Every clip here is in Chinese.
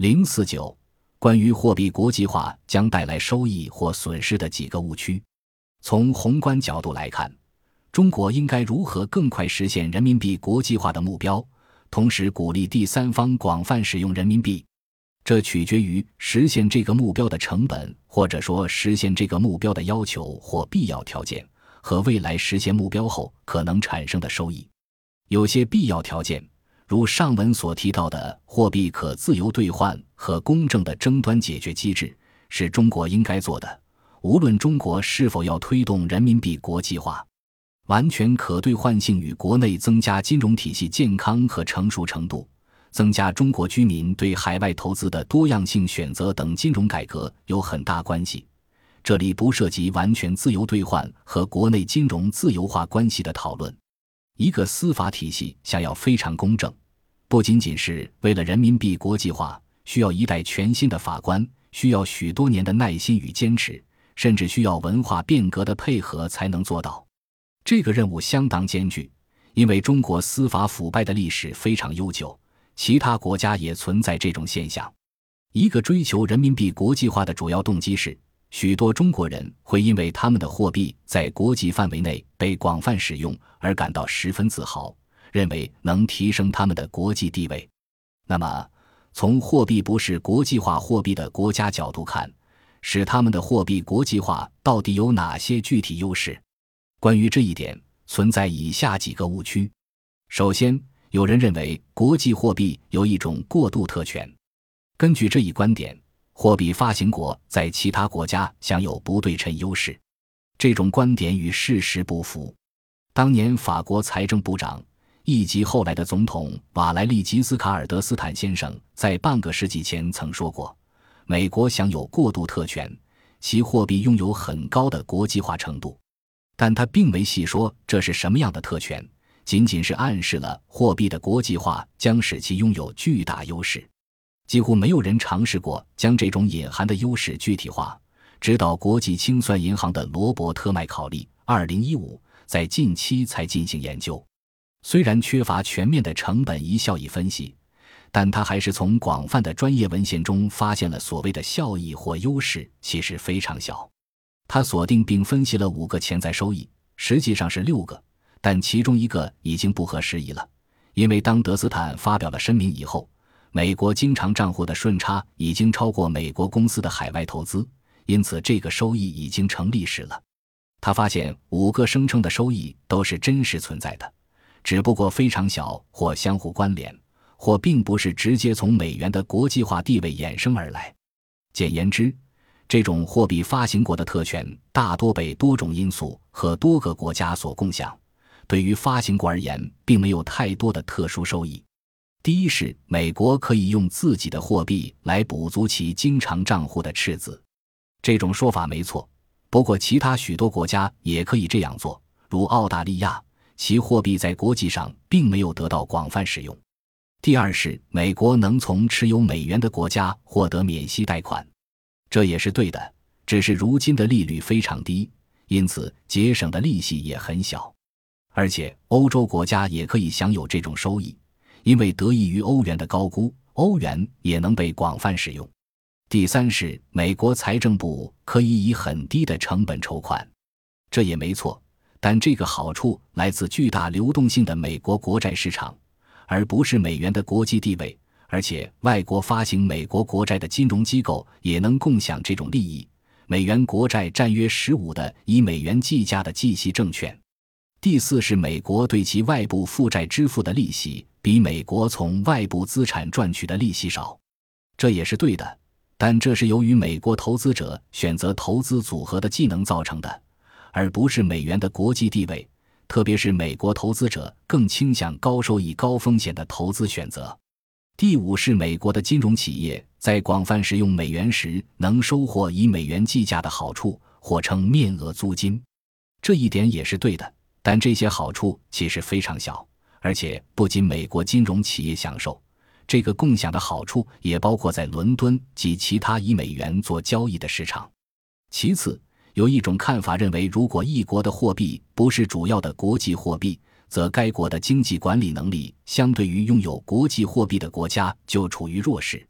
049关于货币国际化将带来收益或损失的几个误区。从宏观角度来看，中国应该如何更快实现人民币国际化的目标，同时鼓励第三方广泛使用人民币？这取决于实现这个目标的成本，或者说实现这个目标的要求或必要条件，和未来实现目标后可能产生的收益。有些必要条件，如上文所提到的货币可自由兑换和公正的争端解决机制，是中国应该做的，无论中国是否要推动人民币国际化。完全可兑换性与国内增加金融体系健康和成熟程度，增加中国居民对海外投资的多样性选择等金融改革有很大关系。这里不涉及完全自由兑换和国内金融自由化关系的讨论。一个司法体系想要非常公正，不仅仅是为了人民币国际化，需要一代全新的法官，需要许多年的耐心与坚持，甚至需要文化变革的配合才能做到。这个任务相当艰巨，因为中国司法腐败的历史非常悠久，其他国家也存在这种现象。一个追求人民币国际化的主要动机是，许多中国人会因为他们的货币在国际范围内被广泛使用而感到十分自豪，认为能提升他们的国际地位。那么，从货币不是国际化货币的国家角度看，使他们的货币国际化到底有哪些具体优势？关于这一点，存在以下几个误区。首先，有人认为国际货币有一种过渡特权。根据这一观点，货币发行国在其他国家享有不对称优势。这种观点与事实不符。当年法国财政部长，以及后来的总统瓦莱利·吉斯卡尔德斯坦先生在半个世纪前曾说过，美国享有过渡特权，其货币拥有很高的国际化程度。但他并没细说这是什么样的特权，仅仅是暗示了货币的国际化将使其拥有巨大优势。几乎没有人尝试过将这种隐含的优势具体化，直到国际清算银行的罗伯特·麦考利2015在近期才进行研究。虽然缺乏全面的成本与效益分析，但他还是从广泛的专业文献中发现了所谓的效益或优势其实非常小。他锁定并分析了5个潜在收益，实际上是6个，但其中1个已经不合时宜了，因为当德斯坦发表了声明以后，美国经常账户的顺差已经超过美国公司的海外投资，因此这个收益已经成历史了。他发现5个声称的收益都是真实存在的，只不过非常小或相互关联，或并不是直接从美元的国际化地位衍生而来。简言之，这种货币发行国的特权大多被多种因素和多个国家所共享，对于发行国而言并没有太多的特殊收益。第一是美国可以用自己的货币来补足其经常账户的赤字。这种说法没错，不过其他许多国家也可以这样做，如澳大利亚，其货币在国际上并没有得到广泛使用。第二是美国能从持有美元的国家获得免息贷款，这也是对的，只是如今的利率非常低，因此节省的利息也很小。而且欧洲国家也可以享有这种收益，因为得益于欧元的高估，欧元也能被广泛使用。第三是美国财政部可以以很低的成本筹款，这也没错，但这个好处来自巨大流动性的美国国债市场，而不是美元的国际地位，而且外国发行美国国债的金融机构也能共享这种利益。美元国债占约15%的以美元计价的计息证券。第四是美国对其外部负债支付的利息比美国从外部资产赚取的利息少，这也是对的，但这是由于美国投资者选择投资组合的技能造成的，而不是美元的国际地位，特别是美国投资者更倾向高收益高风险的投资选择。第五是美国的金融企业在广泛使用美元时能收获以美元计价的好处，或称面额租金，这一点也是对的，但这些好处其实非常小，而且不仅美国金融企业享受，这个共享的好处也包括在伦敦及其他以美元做交易的市场。其次，有一种看法认为，如果一国的货币不是主要的国际货币，则该国的经济管理能力相对于拥有国际货币的国家就处于弱势。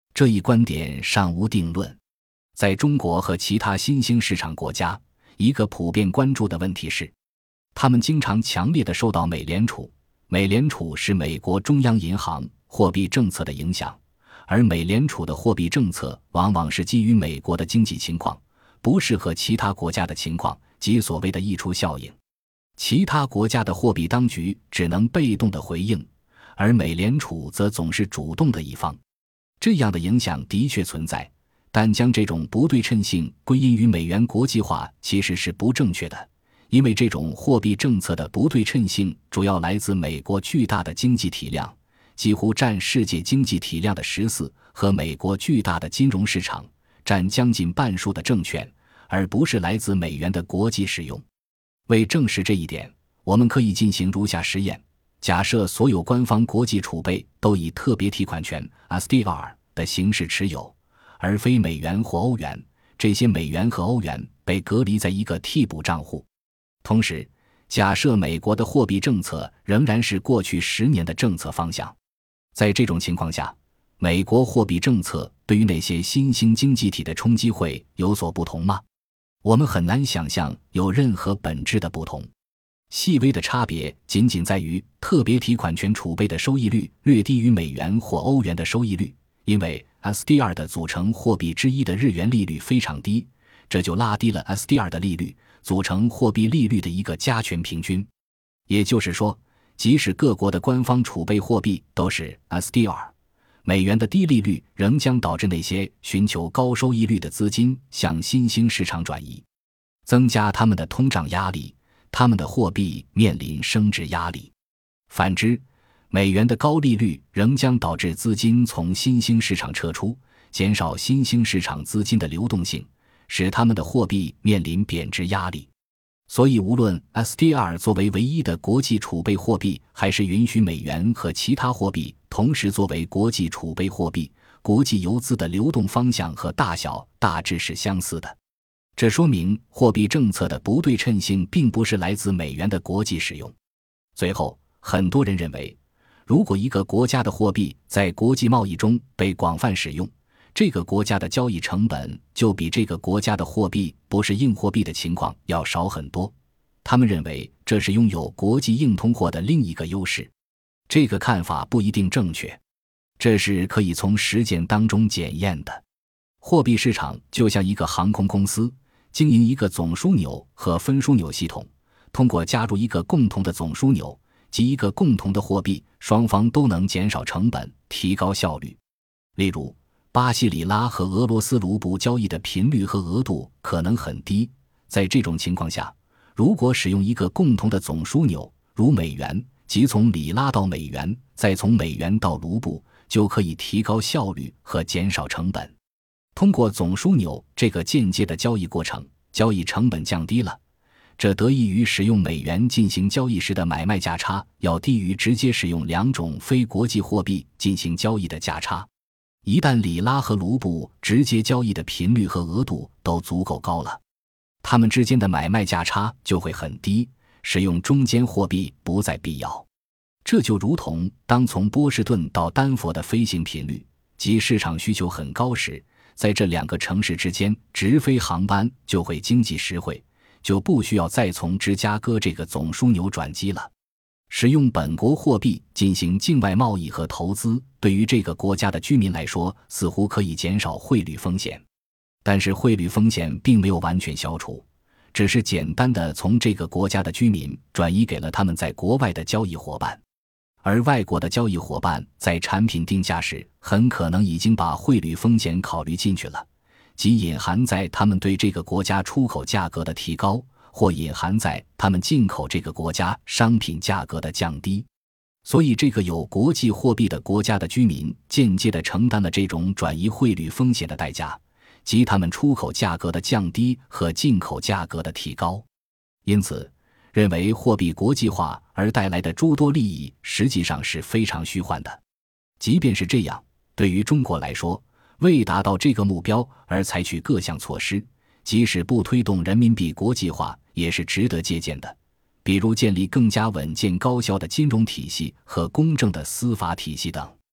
这一观点尚无定论。在中国和其他新兴市场国家，一个普遍关注的问题是，他们经常强烈地受到美联储是美国中央银行货币政策的影响，而美联储的货币政策往往是基于美国的经济情况，不适合其他国家的情况，即所谓的溢出效应。其他国家的货币当局只能被动地回应，而美联储则总是主动的一方。这样的影响的确存在，但将这种不对称性归因于美元国际化其实是不正确的，因为这种货币政策的不对称性主要来自美国巨大的经济体量，几乎占世界经济体量的14%，和美国巨大的金融市场，占将近半数的证券，而不是来自美元的国际使用。为证实这一点，我们可以进行如下实验：假设所有官方国际储备都以特别提款权 SDR 的形式持有，而非美元或欧元，这些美元和欧元被隔离在一个替补账户。同时，假设美国的货币政策仍然是过去10年的政策方向。在这种情况下，美国货币政策对于那些新兴经济体的冲击会有所不同吗？我们很难想象有任何本质的不同。细微的差别仅仅在于特别提款权储备的收益率略低于美元或欧元的收益率，因为 SDR 的组成货币之一的日元利率非常低，这就拉低了 SDR 的利率，组成货币利率的一个加权平均。也就是说，即使各国的官方储备货币都是 SDR， 美元的低利率仍将导致那些寻求高收益率的资金向新兴市场转移，增加他们的通胀压力，他们的货币面临升值压力。反之，美元的高利率仍将导致资金从新兴市场撤出，减少新兴市场资金的流动性，使他们的货币面临贬值压力。所以无论 SDR 作为唯一的国际储备货币，还是允许美元和其他货币同时作为国际储备货币，国际游资的流动方向和大小大致是相似的。这说明货币政策的不对称性并不是来自美元的国际使用。最后，很多人认为，如果一个国家的货币在国际贸易中被广泛使用，这个国家的交易成本就比这个国家的货币不是硬货币的情况要少很多。他们认为这是拥有国际硬通货的另一个优势。这个看法不一定正确，这是可以从实践当中检验的。货币市场就像一个航空公司，经营一个总枢纽和分枢纽系统，通过加入一个共同的总枢纽及一个共同的货币，双方都能减少成本，提高效率。例如，巴西里拉和俄罗斯卢布交易的频率和额度可能很低，在这种情况下，如果使用一个共同的总枢纽，如美元，即从里拉到美元，再从美元到卢布，就可以提高效率和减少成本。通过总枢纽这个间接的交易过程，交易成本降低了，这得益于使用美元进行交易时的买卖价差要低于直接使用两种非国际货币进行交易的价差。一旦里拉和卢布直接交易的频率和额度都足够高了，它们之间的买卖价差就会很低，使用中间货币不再必要。这就如同当从波士顿到丹佛的飞行频率及市场需求很高时，在这两个城市之间直飞航班就会经济实惠，就不需要再从芝加哥这个总枢纽转机了。使用本国货币进行境外贸易和投资，对于这个国家的居民来说，似乎可以减少汇率风险。但是汇率风险并没有完全消除，只是简单的从这个国家的居民转移给了他们在国外的交易伙伴。而外国的交易伙伴在产品定价时很可能已经把汇率风险考虑进去了，即隐含在他们对这个国家出口价格的提高，或隐含在他们进口这个国家商品价格的降低。所以这个有国际货币的国家的居民间接地承担了这种转移汇率风险的代价，即他们出口价格的降低和进口价格的提高。因此，认为货币国际化而带来的诸多利益实际上是非常虚幻的。即便是这样，对于中国来说，为达到这个目标而采取各项措施，即使不推动人民币国际化，也是值得借鉴的。比如建立更加稳健高效的金融体系和公正的司法体系等。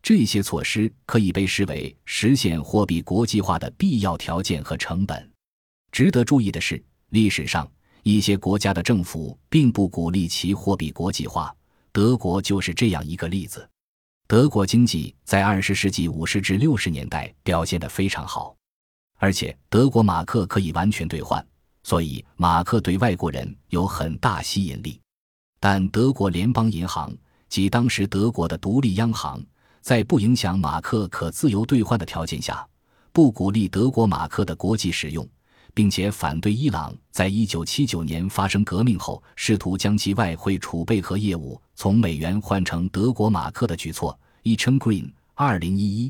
这些措施可以被视为实现货币国际化的必要条件和成本。值得注意的是，历史上一些国家的政府并不鼓励其货币国际化，德国就是这样一个例子。德国经济在20世纪50至60年代表现得非常好，而且德国马克可以完全兑换，所以马克对外国人有很大吸引力。但德国联邦银行即当时德国的独立央行，在不影响马克可自由兑换的条件下，不鼓励德国马克的国际使用，并且反对伊朗在1979年发生革命后试图将其外汇储备和业务从美元换成德国马克的举措。Echen Green 2011。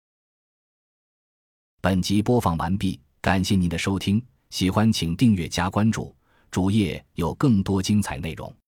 本集播放完毕，感谢您的收听，喜欢请订阅加关注，主页有更多精彩内容。